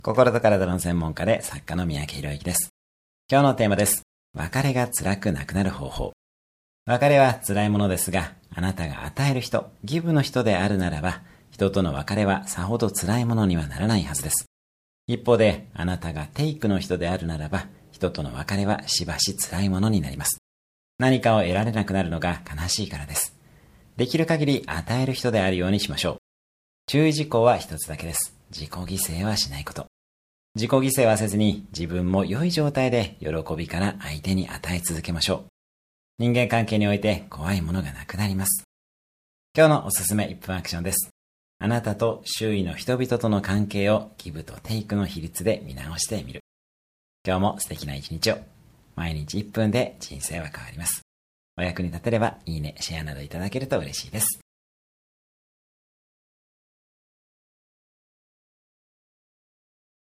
心と体の専門家で作家の三宅宏之です。今日のテーマです。別れが辛くなくなる方法。別れは辛いものですが、あなたが与える人、ギブの人であるならば、人との別れはさほど辛いものにはならないはずです。一方で、あなたがテイクの人であるならば、人との別れはしばし辛いものになります。何かを得られなくなるのが悲しいからです。できる限り与える人であるようにしましょう。注意事項は一つだけです。自己犠牲はしないこと。自己犠牲はせずに自分も良い状態で喜びから相手に与え続けましょう。人間関係において怖いものがなくなります。今日のおすすめ1分アクションです。あなたと周囲の人々との関係をギブとテイクの比率で見直してみる。今日も素敵な一日を。毎日1分で人生は変わります。お役に立てればいいね、シェアなどいただけると嬉しいです。